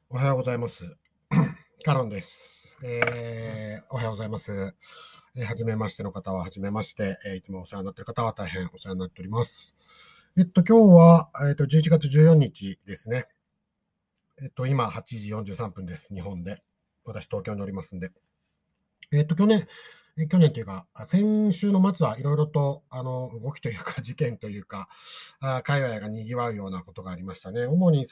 おはようございます。カロンです。おはようございます。はじめましての方ははじめまして、いつもお世話になっている方は大変お世話になっております。今日は、11月14日ですね。今8時43分です。日本で。私、東京におりますんで。去年というか、先週の末はいろいろと、動きというか、事件というか、海外が賑わうようなことがありましたね。主に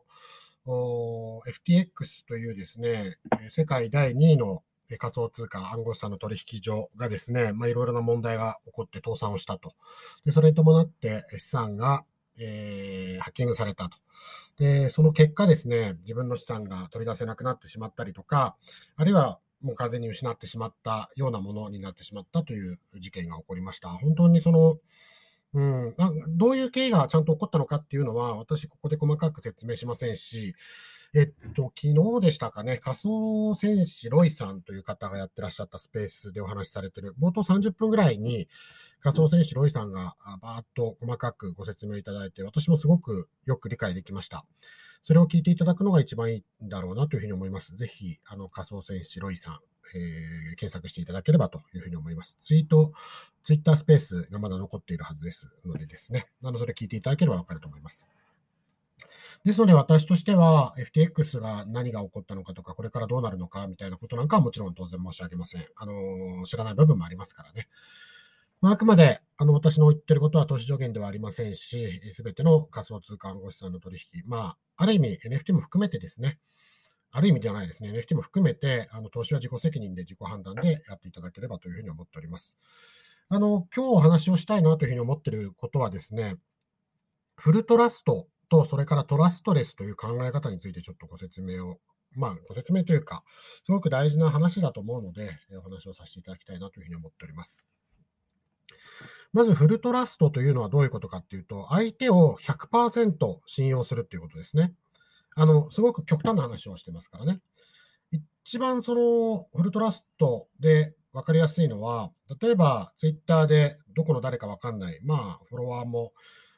FTX というですね、世界第2位の仮想通貨暗号資産の取引所がですね、いろいろな問題が起こって倒産をしたと。で、それに伴って資産が、ハッキングされたと。で、その結果ですね、自分の資産が取り出せなくなってしまったりとか、あるいはもう完全に失ってしまったようなものになってしまったという事件が起こりました。本当にどういう経緯がちゃんと起こったのかっていうのは、私ここで細かく説明しませんし、昨日でしたかね、仮想戦士ロイさんという方がやってらっしゃったスペースでお話しされている、冒頭30分ぐらいに仮想戦士ロイさんがバーッと細かくご説明いただいて、私もすごくよく理解できました。それを聞いていただくのが一番いいんだろうなというふうに思います。ぜひ、仮想戦士ロイさん、検索していただければというふうに思います。ツイッタースペースがまだ残っているはずですのでですね、それ聞いていただければわかると思います。ですので、私としては、FTX が何が起こったのかとか、これからどうなるのかみたいなことなんかはもちろん当然申し上げません。知らない部分もありますからね。あくまで、私の言ってることは投資助言ではありませんし、すべての仮想通貨暗号資産の取引、ある意味 NFT も含めてですね、ある意味ではないですね、NFT も含めて、投資は自己責任で自己判断でやっていただければというふうに思っております。今日お話をしたいなというふうに思っていることはですね、フルトラストと、それからトラストレスという考え方についてちょっとご説明を、ご説明というか、すごく大事な話だと思うので、お話をさせていただきたいなというふうに思っております。まず、フルトラストというのはどういうことかっていうと、相手を 100% 信用するっていうことですね。すごく極端な話をしてますからね。一番そのフルトラストで分かりやすいのは、例えばツイッターでどこの誰か分かんない、フォロワーも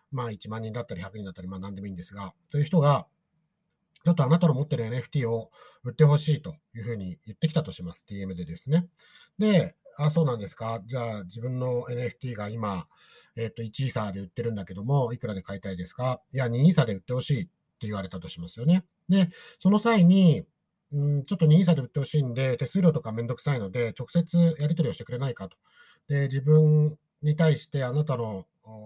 1万人だったり100人だったり、何でもいいんですが、という人が、ちょっとあなたの持ってる NFT を売ってほしいというふうに言ってきたとします。DM でですね。で、そうなんですか。じゃあ自分の NFT が今、1イーサーで売ってるんだけども、いくらで買いたいですか？いや、2イーサーで売ってほしいって言われたとしますよね。で、その際に、ちょっと2イーサーで売ってほしいんで、手数料とかめんどくさいので、直接やり取りをしてくれないかと。で、自分に対してあなたの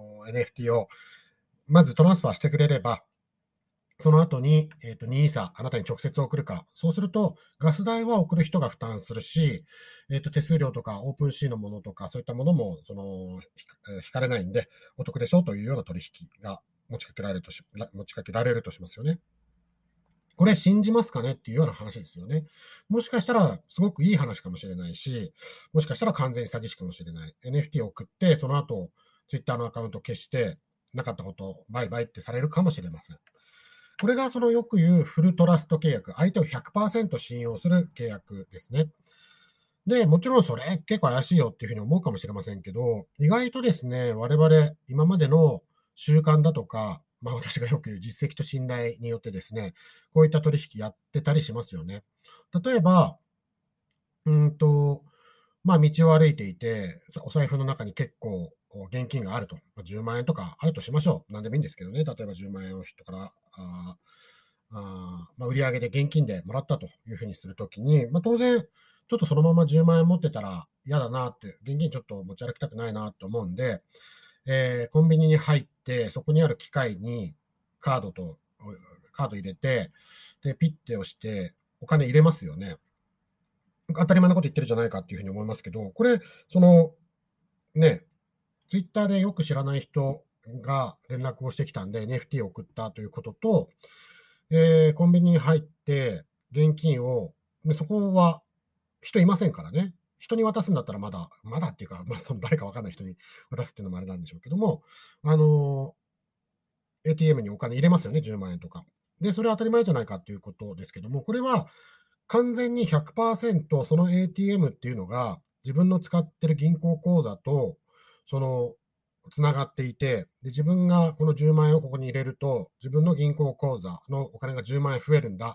NFT をまずトランスファーしてくれれば、その後に、ニーサあなたに直接送るか。そうすると、ガス代は送る人が負担するし、手数料とかオープンシーのものとか、そういったものも、引かれないんで、お得でしょというような取引が持ちかけられるとしますよね。これ信じますかねっていうような話ですよね。もしかしたらすごくいい話かもしれないし、もしかしたら完全に詐欺師かもしれない。NFT を送って、その後、Twitter のアカウントを消して、なかったことをバイバイってされるかもしれません。これがそのよく言うフルトラスト契約、相手を 100% 信用する契約ですね。で、もちろんそれ結構怪しいよっていうふうに思うかもしれませんけど、意外とですね、我々今までの習慣だとか、私がよく言う実績と信頼によってですね、こういった取引やってたりしますよね。例えば、道を歩いていて、お財布の中に結構現金があると。10万円とかあるとしましょう。何でもいいんですけどね。例えば10万円を人から売上で現金でもらったというふうにするときに、当然、ちょっとそのまま10万円持ってたら嫌だなって、現金ちょっと持ち歩きたくないなと思うんで、コンビニに入って、そこにある機械にカード入れて、で、ピッて押して、お金入れますよね。当たり前のこと言ってるじゃないかっていうふうに思いますけど、これ、ね、ツイッターでよく知らない人が連絡をしてきたんで、NFT を送ったということと、コンビニに入って、現金を、そこは人いませんからね。人に渡すんだったらまだっていうか、その誰かわかんない人に渡すっていうのもあれなんでしょうけども、あの、ATM にお金入れますよね、10万円とか。で、それは当たり前じゃないかっていうことですけども、これは完全に 100% その ATM っていうのが自分の使ってる銀行口座と、その、つながっていて、で、自分がこの10万円をここに入れると、自分の銀行口座のお金が10万円増えるんだ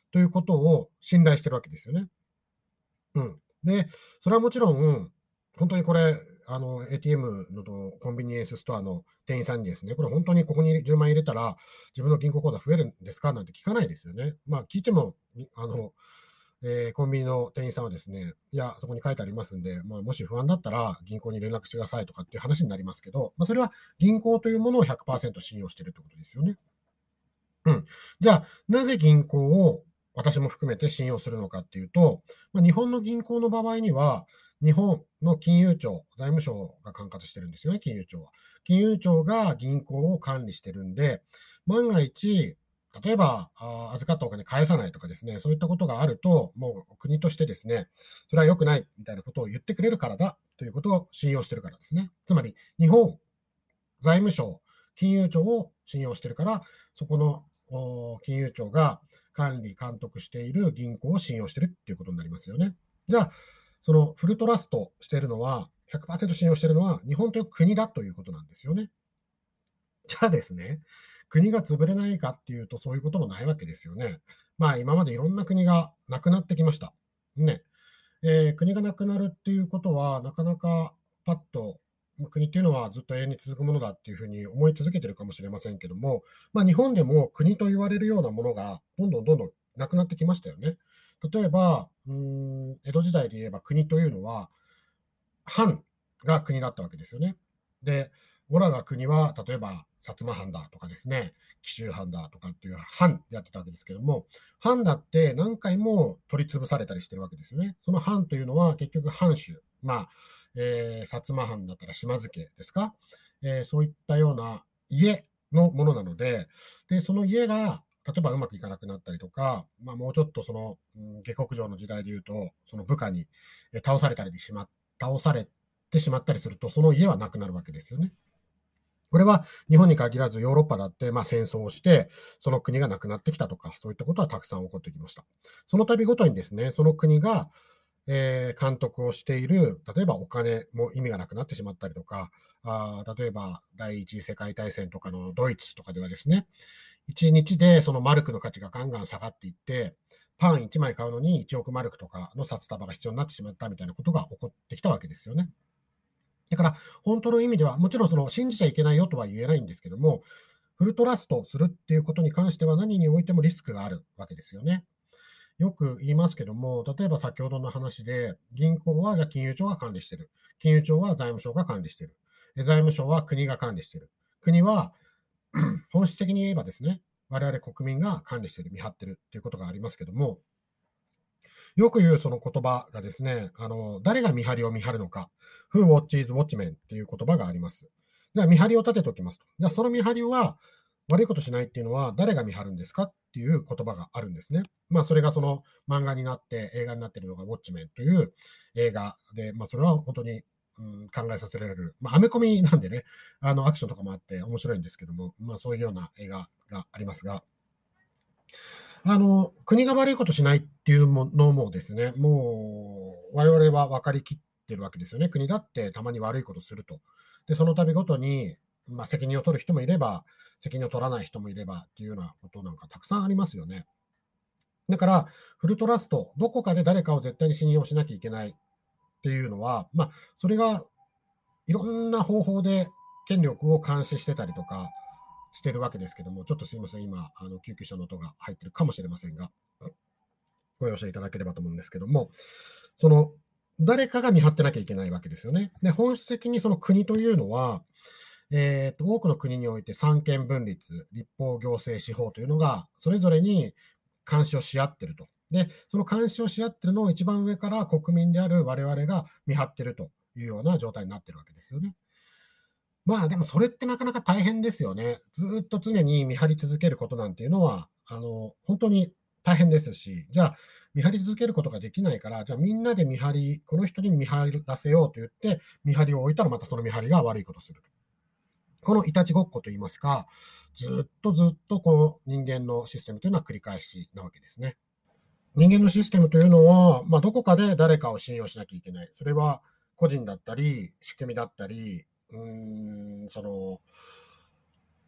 ということを信頼してるわけですよね。うん。で、それはもちろん、本当にこれ、ATM のコンビニエンスストアの店員さんにですね、これ本当にここに10万円入れたら、自分の銀行口座増えるんですかなんて聞かないですよね。まあ、聞いても、コンビニの店員さんはですね、いや、そこに書いてありますんで、まあ、もし不安だったら銀行に連絡してくださいとかっていう話になりますけど、まあ、それは銀行というものを100%信用しているということですよね。うん。じゃあ、なぜ銀行を私も含めて信用するのかっていうと、まあ、日本の銀行の場合には、日本の金融庁、財務省が管轄してるんですよね、金融庁は。金融庁が銀行を管理してるんで、万が一、例えば、預かったお金返さないとかですね、そういったことがあると、もう国としてですね、それは良くないみたいなことを言ってくれるからだということを信用してるからですね。つまり、日本財務省、金融庁を信用してるから、そこの金融庁が管理、監督している銀行を信用してるっていうことになりますよね。じゃあ、そのフルトラストしているのは、100%信用しているのは日本という国だということなんですよね。じゃあですね、国が潰れないかっていうと、そういうこともないわけですよね。まあ、今までいろんな国がなくなってきました。ね。国がなくなるっていうことは、なかなかパッと、国っていうのはずっと永遠に続くものだっていうふうに思い続けてるかもしれませんけども、まあ、日本でも国と言われるようなものがどんどんなくなってきましたよね。例えば、江戸時代で言えば国というのは、藩が国だったわけですよね。で、オラが国は、例えば、薩摩藩だとかですね、紀州藩だとかっていう藩でやってたわけですけども、藩だって何回も取り潰されたりしてるわけですよね。その藩というのは結局藩主、まあ、薩摩藩だったら島津家ですか、そういったような家のものなので、で、その家が、例えばうまくいかなくなったりとか、まあ、もうちょっとその、下克上の時代で言うと、その部下に倒されてしまったりすると、その家はなくなるわけですよね。これは日本に限らずヨーロッパだって、まあ、戦争をして、その国がなくなってきたとか、そういったことはたくさん起こってきました。その度ごとにですね、その国が、監督をしている、例えばお金も意味がなくなってしまったりとか、例えば第一次世界大戦とかのドイツとかではですね、1日でそのマルクの価値がガンガン下がっていって、パン1枚買うのに1億マルクとかの札束が必要になってしまったみたいなことが起こってきたわけですよね。だから、本当の意味では、もちろんその信じちゃいけないよとは言えないんですけども、フルトラストするっていうことに関しては何においてもリスクがあるわけですよね。よく言いますけども、例えば先ほどの話で、銀行はじゃあ金融庁が管理している。金融庁は財務省が管理している。財務省は国が管理している。国は本質的に言えばですね、我々国民が管理している、見張っているということがありますけども、よく言うその言葉がですね、誰が見張りを見張るのか、Who watches watchmen っていう言葉があります。じゃあ見張りを立てておきますと。じゃあその見張りは悪いことしないっていうのは誰が見張るんですかっていう言葉があるんですね。まあそれがその漫画になって映画になっているのがウォッチメンという映画で、まあそれは本当に、考えさせられる、まあアメコミなんでね、アクションとかもあって面白いんですけども、まあそういうような映画がありますが、国が悪いことしないっていうのもですね、もう我々は分かりきってるわけですよね。国だってたまに悪いことすると。で、その度ごとに、まあ、責任を取る人もいれば、責任を取らない人もいればっていうようなことなんかたくさんありますよね。だから、フルトラスト、どこかで誰かを絶対に信用しなきゃいけないっていうのは、まあ、それがいろんな方法で権力を監視してたりとかしてるわけですけども、ちょっとすいません、今、救急車の音が入ってるかもしれませんが、ご容赦いただければと思うんですけども、その、誰かが見張ってなきゃいけないわけですよね。で、本質的にその国というのは、多くの国において三権分立、立法、行政、司法というのが、それぞれに監視をし合ってると。で、その監視をし合ってるのを一番上から国民である我々が見張ってるというような状態になってるわけですよね。まあでもそれってなかなか大変ですよね。ずっと常に見張り続けることなんていうのは、本当に大変ですし、じゃあ見張り続けることができないから、じゃあみんなで見張り、この人に見張らせようと言って、見張りを置いたらまたその見張りが悪いことする。このいたちごっこといいますか、ずっとこの人間のシステムというのは繰り返しなわけですね。人間のシステムというのは、まあ、どこかで誰かを信用しなきゃいけない。それは個人だったり、仕組みだったり、その、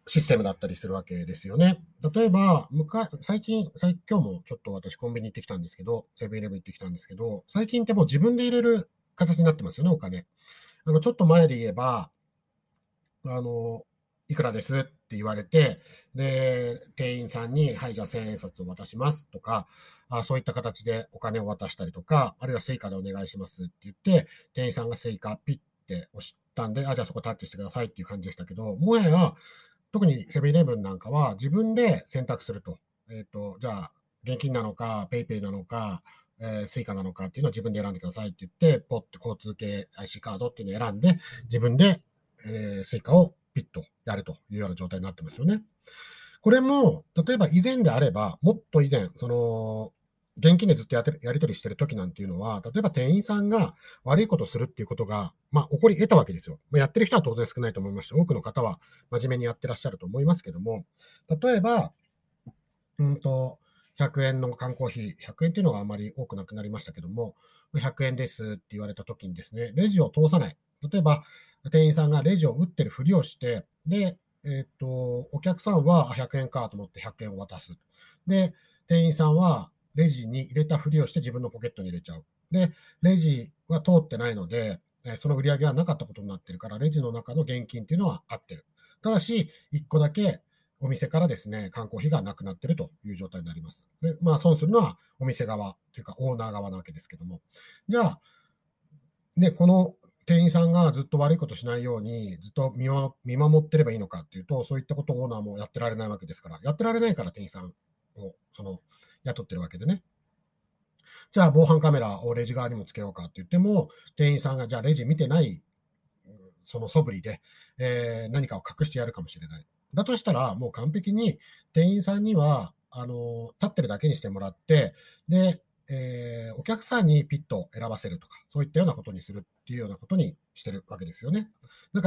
システムだったりするわけですよね。例えば、今日もちょっと私コンビニ行ってきたんですけど、セブンイレブン行ってきたんですけど、最近ってもう自分で入れる形になってますよね、お金。ちょっと前で言えば、あの、いくらですって言われて、で、店員さんに、はい、じゃあ1000円札を渡しますとか、そういった形でお金を渡したりとか、あるいはスイカでお願いしますって言って、店員さんがスイカピッて押したんで、じゃあそこタッチしてくださいっていう感じでしたけど、もはや、特にセブンイレブンなんかは自分で選択すると。じゃあ、現金なのか、ペイペイなのか、スイカなのかっていうのを自分で選んでくださいって言って、ポッて交通系 IC カードっていうのを選んで、自分でスイカをピッとやるというような状態になってますよね。これも、例えば以前であれば、もっと以前、現金でずっとやり取りしてる時なんていうのは、例えば店員さんが悪いことをするっていうことが、起こり得たわけですよ。やってる人は当然少ないと思いますし、多くの方は真面目にやってらっしゃると思いますけども、例えば、100円の缶コーヒー、100円っていうのはあまり多くなくなりましたけども、100円ですって言われた時にですね、レジを通さない。例えば、店員さんがレジを打ってるふりをして、で、お客さんは100円かと思って100円を渡す。で、店員さんはレジに入れたふりをして自分のポケットに入れちゃう。で、レジは通ってないので、その売り上げはなかったことになってるから、レジの中の現金っていうのは合ってる。ただし、1個だけお店からですね、缶コーヒーがなくなっているという状態になります。で、損するのはお店側というかオーナー側なわけですけども。じゃあ、ね、この店員さんがずっと悪いことしないように、ずっと見守ってればいいのかっていうと、そういったことをオーナーもやってられないわけですから、やってられないから店員さんを、雇ってるわけでね。じゃあ、防犯カメラをレジ側にもつけようかって言っても、店員さんがじゃあレジ見てないその素振りで、何かを隠してやるかもしれない。だとしたら、もう完璧に店員さんには、立ってるだけにしてもらって、で、お客さんにピッと選ばせるとか、そういったようなことにするっていうようなことにしてるわけですよね。だから、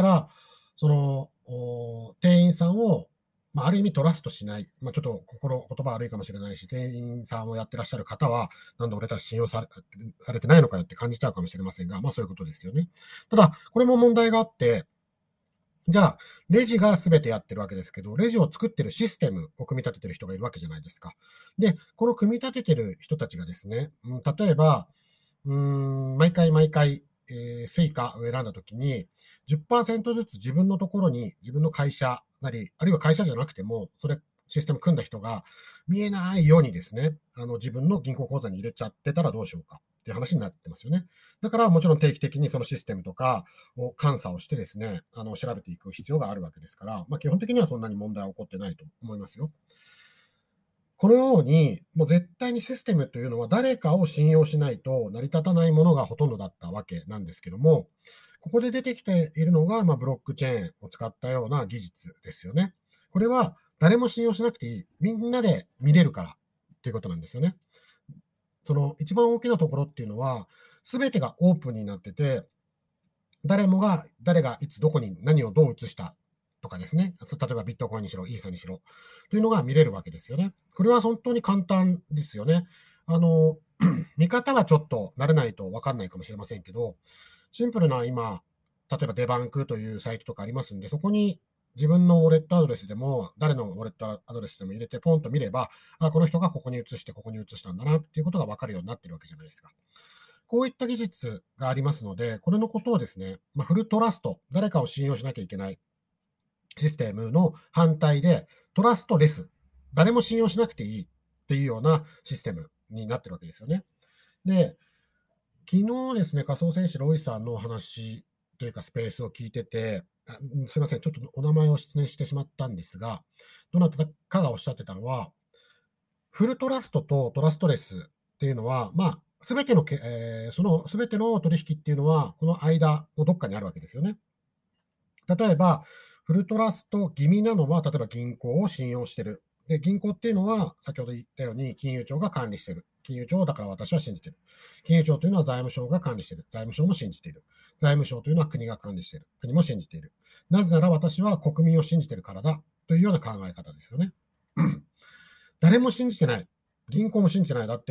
店員さんを、ある意味トラストしない。ちょっと言葉悪いかもしれないし、店員さんをやってらっしゃる方は、なんで俺たち信用されてないのかよって感じちゃうかもしれませんが、そういうことですよね。ただ、これも問題があって、じゃあ、レジが全てやってるわけですけど、レジを作ってるシステムを組み立ててる人がいるわけじゃないですか。で、この組み立ててる人たちがですね、例えば、毎回毎回、スイカを選んだときに、10%ずつ自分のところに、自分の会社なり、あるいは会社じゃなくても、システム組んだ人が見えないようにですね、自分の銀行口座に入れちゃってたらどうしようかっていう話になってますよね。だからもちろん定期的にそのシステムとかを監査をしてですね、調べていく必要があるわけですから、基本的にはそんなに問題は起こってないと思いますよ。このように、もう絶対にシステムというのは誰かを信用しないと成り立たないものがほとんどだったわけなんですけども、ここで出てきているのが、ブロックチェーンを使ったような技術ですよね。これは誰も信用しなくていい。みんなで見れるからっていうことなんですよね。その一番大きなところっていうのは、すべてがオープンになってて、誰がいつどこに何をどう移したとかですね。例えばビットコインにしろ、イーサにしろ、というのが見れるわけですよね。これは本当に簡単ですよね。見方はちょっと慣れないと分かんないかもしれませんけど、シンプルな今、例えばデバンクというサイトとかありますんで、そこに自分のウォレットアドレスでも、誰のウォレットアドレスでも入れて、ポンと見れば、この人がここに移して、ここに移したんだなっていうことが分かるようになってるわけじゃないですか。こういった技術がありますので、これのことをですね、フルトラスト、誰かを信用しなきゃいけないシステムの反対で、トラストレス、誰も信用しなくていいっていうようなシステムになってるわけですよね。で、昨日ですね、仮想戦士ロイさんのお話というかスペースを聞いてて、すみません、ちょっとお名前を失念してしまったんですが、どなたかがおっしゃってたのは、フルトラストとトラストレスっていうのは、すべてのそのすべての取引っていうのは、この間のどっかにあるわけですよね。例えば、フルトラスト気味なのは、例えば銀行を信用している。で、銀行っていうのは、先ほど言ったように、金融庁が管理している。金融庁だから私は信じている。金融庁というのは財務省が管理している。財務省も信じている。財務省というのは国が管理している。国も信じている。なぜなら私は国民を信じているからだ。というような考え方ですよね。誰も信じてない。銀行も信じてない。だって、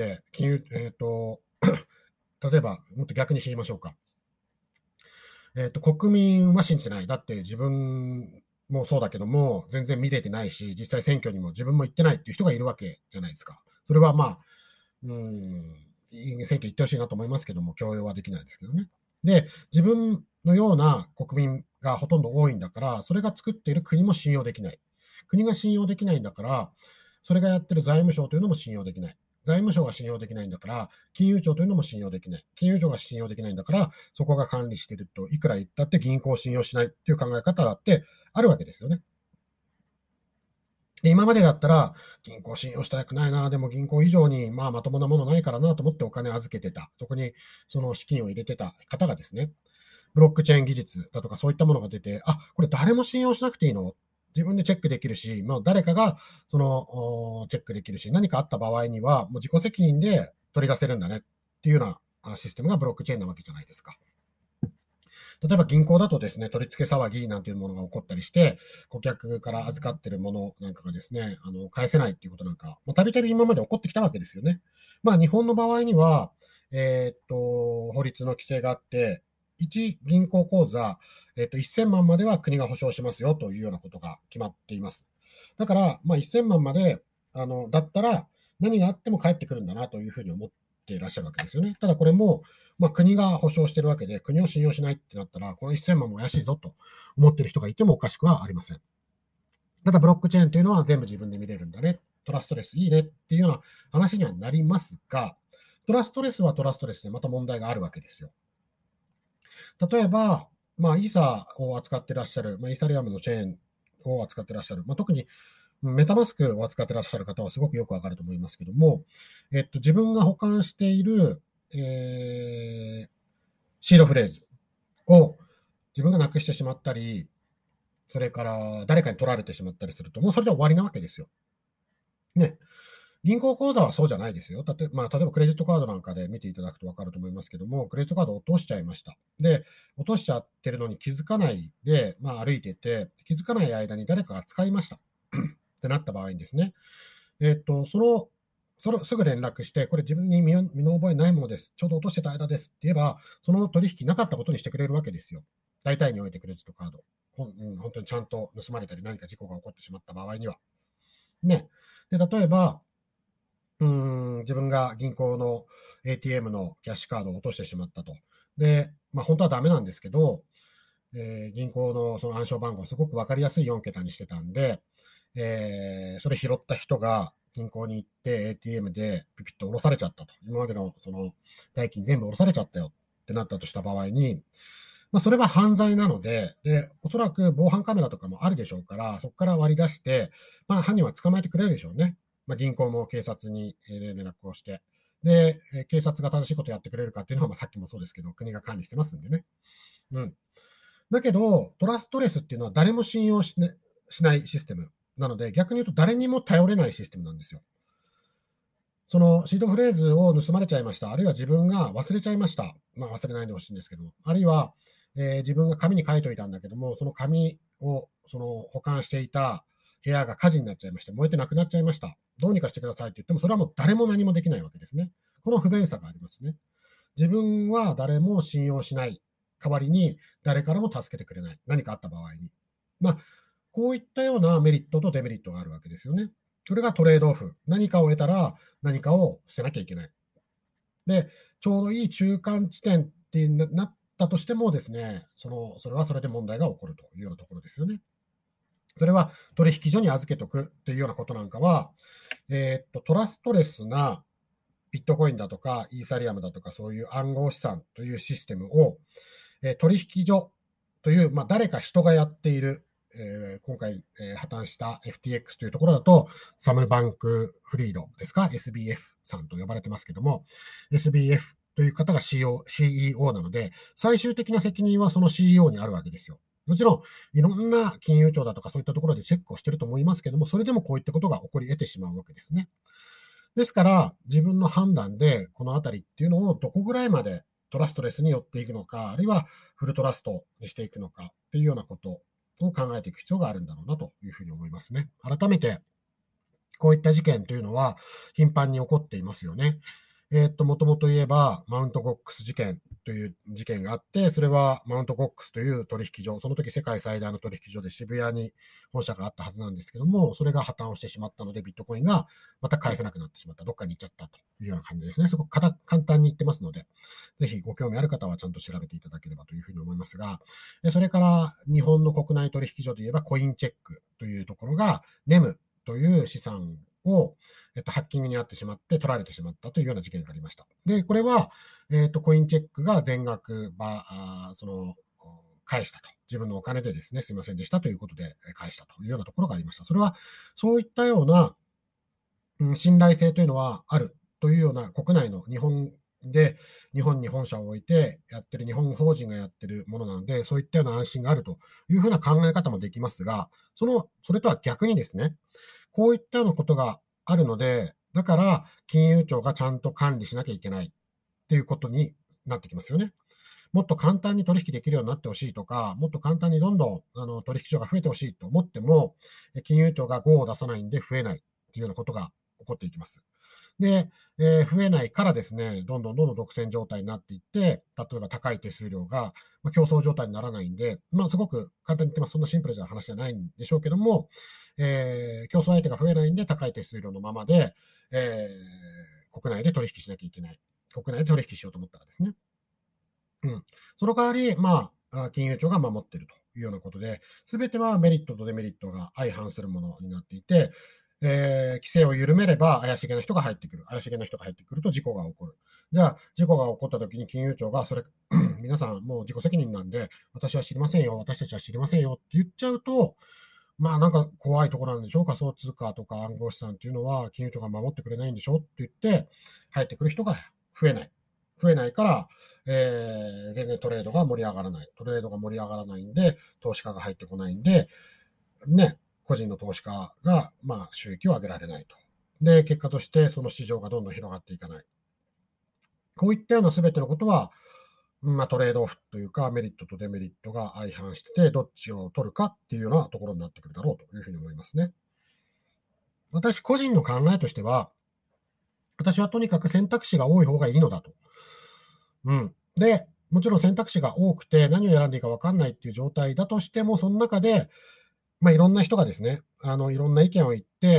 例えば、もっと逆に信じましょうか。国民は信じてない。だって自分もそうだけども、全然見れてないし、実際選挙にも自分も行ってないっていう人がいるわけじゃないですか。それは選挙行ってほしいなと思いますけども、強要はできないですけどね。で、自分のような国民がほとんど多いんだから、それが作っている国も信用できない。国が信用できないんだから、それがやってる財務省というのも信用できない。財務省が信用できないんだから、金融庁というのも信用できない。金融庁が信用できないんだから、そこが管理しているといくら言ったって銀行を信用しないっていう考え方だってあるわけですよね。で今までだったら、銀行信用したくないな、でも銀行以上にまともなものないからなと思ってお金預けてた。そこにその資金を入れてた方がですね、ブロックチェーン技術だとかそういったものが出て、これ誰も信用しなくていいの？自分でチェックできるし、誰かがそのチェックできるし、何かあった場合にはもう自己責任で取り出せるんだねっていうようなシステムがブロックチェーンなわけじゃないですか。例えば銀行だとですね、取り付け騒ぎなんていうものが起こったりして、顧客から預かっているものなんかがですね、返せないっていうことなんか、たびたび今まで起こってきたわけですよね。日本の場合には、法律の規制があって、1銀行口座、1000万までは国が保証しますよというようなことが決まっています。だから、1000万まで、だったら何があっても返ってくるんだなというふうに思っていらっしゃるわけですよね。ただこれも、国が保証しているわけで、国を信用しないってなったら、この1000万も怪しいぞと思っている人がいてもおかしくはありません。ただ、ブロックチェーンというのは全部自分で見れるんだね。トラストレスいいねっていうような話にはなりますが、トラストレスはトラストレスでまた問題があるわけですよ。例えば、イーサを扱ってらっしゃる、イーサリアムのチェーンを扱ってらっしゃる、特にメタマスクを扱ってらっしゃる方はすごくよくわかると思いますけども、自分が保管している、シードフレーズを自分がなくしてしまったり、それから誰かに取られてしまったりすると、もうそれで終わりなわけですよ。ね。銀行口座はそうじゃないですよ。例えばクレジットカードなんかで見ていただくと分かると思いますけども、クレジットカードを落としちゃいました。で、落としちゃってるのに気づかないで、歩いてて、気づかない間に誰かが使いました。ってなった場合にですね、それをすぐ連絡して、これ自分に身の覚えないものです。ちょうど落としてた間ですって言えば、その取引なかったことにしてくれるわけですよ。大体においてクレジットカード。本当にちゃんと盗まれたり何か事故が起こってしまった場合には。ね。で、例えば、自分が銀行の ATM のキャッシュカードを落としてしまったと。で、本当はダメなんですけど、銀行のその暗証番号をすごく分かりやすい4桁にしてたんで、それ拾った人が銀行に行って ATM でピピッと下ろされちゃったと。今までのその代金全部下ろされちゃったよってなったとした場合に、それは犯罪なので、おそらく防犯カメラとかもあるでしょうから、そこから割り出して、犯人は捕まえてくれるでしょうね。銀行も警察に連絡をして。で、警察が正しいことをやってくれるかっていうのは、さっきもそうですけど、国が管理してますんでね。うん。だけど、トラストレスっていうのは誰も信用しないシステムなので、逆に言うと誰にも頼れないシステムなんですよ。そのシードフレーズを盗まれちゃいました。あるいは自分が忘れちゃいました。忘れないでほしいんですけども。あるいは、自分が紙に書いといたんだけども、その紙を保管していた部屋が火事になっちゃいまして、燃えてなくなっちゃいました。どうにかしてくださいって言っても、それはもう誰も何もできないわけですね。この不便さがありますね。自分は誰も信用しない。代わりに誰からも助けてくれない。何かあった場合に。こういったようなメリットとデメリットがあるわけですよね。それがトレードオフ。何かを得たら何かを捨てなきゃいけない。で、ちょうどいい中間地点ってなったとしてもですね、それはそれで問題が起こるというようなところですよね。それは取引所に預けとくっていうようなことなんかは、トラストレスなビットコインだとか、イーサリアムだとか、そういう暗号資産というシステムを、取引所という、誰か人がやっている、今回、破綻した FTX というところだと、サム・バンク・フリードですか、SBF さんと呼ばれてますけども、SBF という方が CEO なので、最終的な責任はその CEO にあるわけですよ。もちろん、いろんな金融庁だとかそういったところでチェックをしていると思いますけども、それでもこういったことが起こり得てしまうわけですね。ですから、自分の判断で、このあたりっていうのをどこぐらいまでトラストレスに寄っていくのか、あるいはフルトラストにしていくのかっていうようなことを考えていく必要があるんだろうなというふうに思いますね。改めて、こういった事件というのは頻繁に起こっていますよね。 もともと言えば、マウントゴックス事件という事件があって、それはマウントゴックスという取引所、その時世界最大の取引所で渋谷に本社があったはずなんですけども、それが破綻をしてしまったので、ビットコインがまた返せなくなってしまった、どっかに行っちゃったというような感じですね。そこ簡単に言ってますので、ぜひご興味ある方はちゃんと調べていただければというふうに思いますが、それから日本の国内取引所で言えば、コインチェックというところが、ネムという資産を、ハッキングにあってしまって取られてしまったというような事件がありました。で、これは、コインチェックが全額返したと。自分のお金でですね、すいませんでしたということで返したというようなところがありました。それは、そういったような、信頼性というのはあるというような国内の日本日本に本社を置いてやってる日本法人がやってるものなので、そういったような安心があるというふうな考え方もできますが、それとは逆にですね、こういったようなことがあるので、だから金融庁がちゃんと管理しなきゃいけないっていうことになってきますよね。もっと簡単に取引できるようになってほしいとか、もっと簡単にどんどん取引所が増えてほしいと思っても、金融庁が GO を出さないんで増えないっていうようなことが起こっていきます。で、増えないからですね、どんどん独占状態になっていって、例えば高い手数料が、競争状態にならないんで、すごく簡単に言ってます。そんなシンプルな話じゃないんでしょうけども、競争相手が増えないんで高い手数料のままで、国内で取引しなきゃいけない。国内で取引しようと思ったらですね。その代わり、金融庁が守っているというようなことで、すべてはメリットとデメリットが相反するものになっていて、規制を緩めれば怪しげな人が入ってくる。怪しげな人が入ってくると事故が起こる。じゃあ、事故が起こった時に金融庁が、皆さんもう自己責任なんで、私は知りませんよ、私たちは知りませんよって言っちゃうと、なんか怖いところなんでしょう、仮想通貨とか暗号資産っていうのは金融庁が守ってくれないんでしょって言って、入ってくる人が増えない。増えないから、全然トレードが盛り上がらない。トレードが盛り上がらないんで、投資家が入ってこないんで、ね、個人の投資家が、収益を上げられないと。で、結果としてその市場がどんどん広がっていかない。こういったような全てのことは、トレードオフというか、メリットとデメリットが相反してて、どっちを取るかっていうようなところになってくるだろうというふうに思いますね。私個人の考えとしては、私はとにかく選択肢が多い方がいいのだと。で、もちろん選択肢が多くて何を選んでいいか分かんないっていう状態だとしても、その中で、いろんな人がですね、いろんな意見を言って、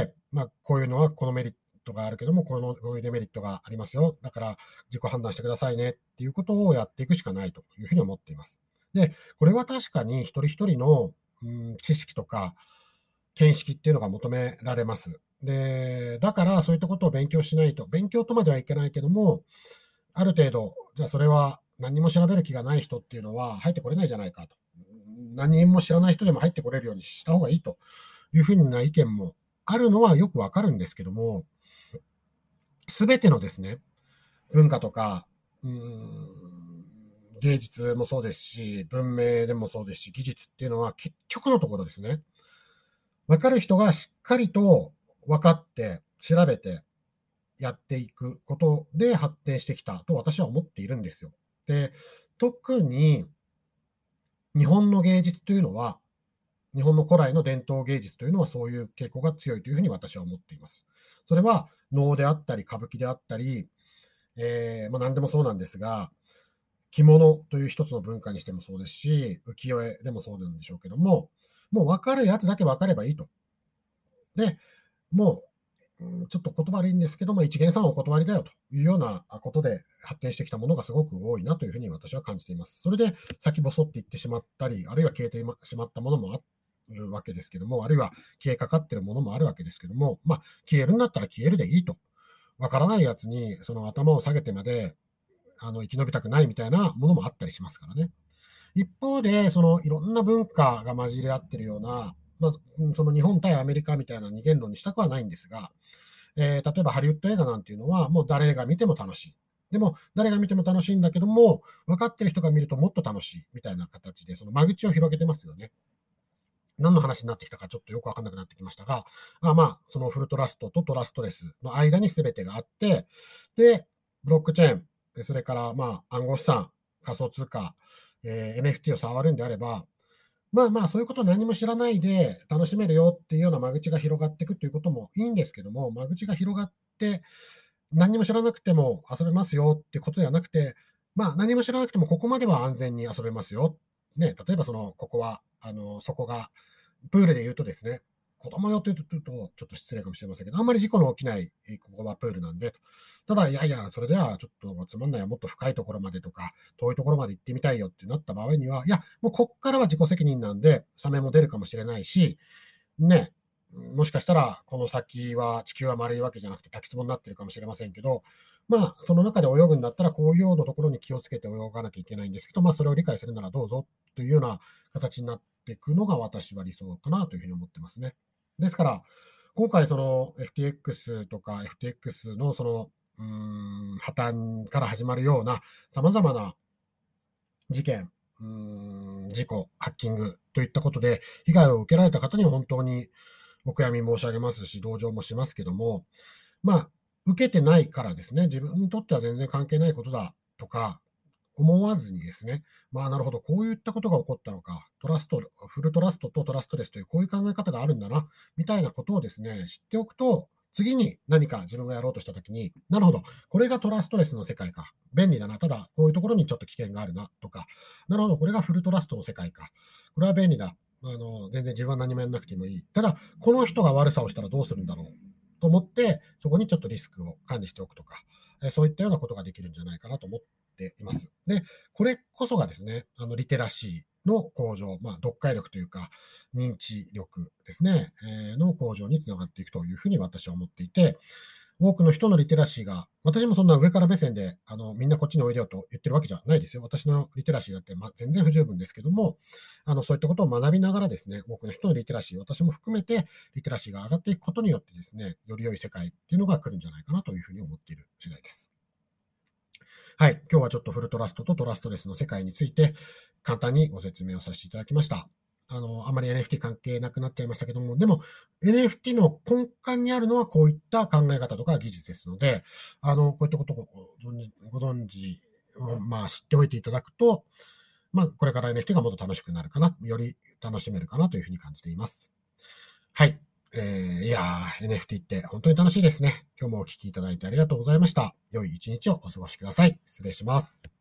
こういうのはこのメリットがあるけども、こういうデメリットがありますよ。だから自己判断してくださいねっていうことをやっていくしかないというふうに思っています。で、これは確かに一人一人の、知識とか見識っていうのが求められます。で、だからそういったことを勉強しないと、勉強とまではいけないけども、ある程度、じゃあそれは何も調べる気がない人っていうのは入ってこれないじゃないかと。何も知らない人でも入ってこれるようにした方がいいというふうな意見もあるのはよくわかるんですけども、すべてのですね、文化とか、芸術もそうですし、文明でもそうですし、技術っていうのは結局のところですね、わかる人がしっかりと分かって、調べてやっていくことで発展してきたと私は思っているんですよ。で、特に日本の芸術というのは、日本の古来の伝統芸術というのはそういう傾向が強いというふうに私は思っています。それは能であったり、歌舞伎であったり、何でもそうなんですが、着物という一つの文化にしてもそうですし、浮世絵でもそうなんでしょうけども、もう分かるやつだけ分かればいいと。で、もう、ちょっと言葉悪いんですけども、一元さんお断りだよというようなことで発展してきたものがすごく多いなというふうに私は感じています。それで先細っていってしまったり、あるいは消えてしまったものもあるわけですけども、あるいは消えかかっているものもあるわけですけども、消えるんだったら消えるでいいと。わからないやつにその頭を下げてまで生き延びたくないみたいなものもあったりしますからね。一方で、そのいろんな文化が混じり合ってるような、その日本対アメリカみたいな二元論にしたくはないんですが、例えばハリウッド映画なんていうのは、もう誰が見ても楽しい。でも、誰が見ても楽しいんだけども、分かってる人が見るともっと楽しいみたいな形で、その間口を広げてますよね。何の話になってきたかちょっとよくわかんなくなってきましたが、そのフルトラストとトラストレスの間に全てがあって、で、ブロックチェーン、それから暗号資産、仮想通貨、NFT を触るんであれば、そういうことを何も知らないで楽しめるよっていうような間口が広がっていくということもいいんですけども、間口が広がって、 何にも知らなくても遊べますよってことではなくて、何も知らなくてもここまでは安全に遊べますよ。ね、例えばここは、そこが、プールで言うとですね、子供用というとちょっと失礼かもしれませんけど、あんまり事故の起きない、ここはプールなんで、ただ、いやいや、それではちょっとつまんないよ、もっと深いところまでとか、遠いところまで行ってみたいよってなった場合には、いや、もうこっからは自己責任なんで、サメも出るかもしれないし、ね、もしかしたら、この先は地球は丸いわけじゃなくて滝壺になってるかもしれませんけど、その中で泳ぐんだったら、こういうようなところに気をつけて泳がなきゃいけないんですけど、それを理解するならどうぞというような形になっていくのが私は理想かなというふうに思ってますね。ですから、今回その FTX とか FTX の破綻から始まるような様々な事件、事故、ハッキングといったことで被害を受けられた方には本当にお悔やみ申し上げますし、同情もしますけども、受けてないからですね、自分にとっては全然関係ないことだとか思わずにですね、なるほど、こういったことが起こったのか、フルトラストとトラストレスというこういう考え方があるんだな、みたいなことをですね、知っておくと、次に何か自分がやろうとしたときに、なるほど、これがトラストレスの世界か。便利だな。ただ、こういうところにちょっと危険があるな、とか。なるほど、これがフルトラストの世界か。これは便利だ。全然自分は何もやらなくてもいい。ただ、この人が悪さをしたらどうするんだろう。と思って、そこにちょっとリスクを管理しておくとか、そういったようなことができるんじゃないかなと思っています。で、これこそがですね、リテラシーの向上、読解力というか、認知力ですね、の向上につながっていくというふうに私は思っていて、多くの人のリテラシーが、私もそんな上から目線で、みんなこっちにおいでよと言ってるわけじゃないですよ。私のリテラシーだって、全然不十分ですけども、そういったことを学びながらですね、多くの人のリテラシー、私も含めて、リテラシーが上がっていくことによってですね、より良い世界っていうのが来るんじゃないかなというふうに思っている次第です。はい。今日はちょっとフルトラストとトラストレスの世界について簡単にご説明をさせていただきました。あまり NFT 関係なくなっちゃいましたけども、でも NFT の根幹にあるのはこういった考え方とか技術ですので、こういったことをご存知を、知っておいていただくと、これから NFT がもっと楽しくなるかな、より楽しめるかなというふうに感じています。はい。いやー、NFT って本当に楽しいですね。今日もお聞きいただいてありがとうございました。良い一日をお過ごしください。失礼します。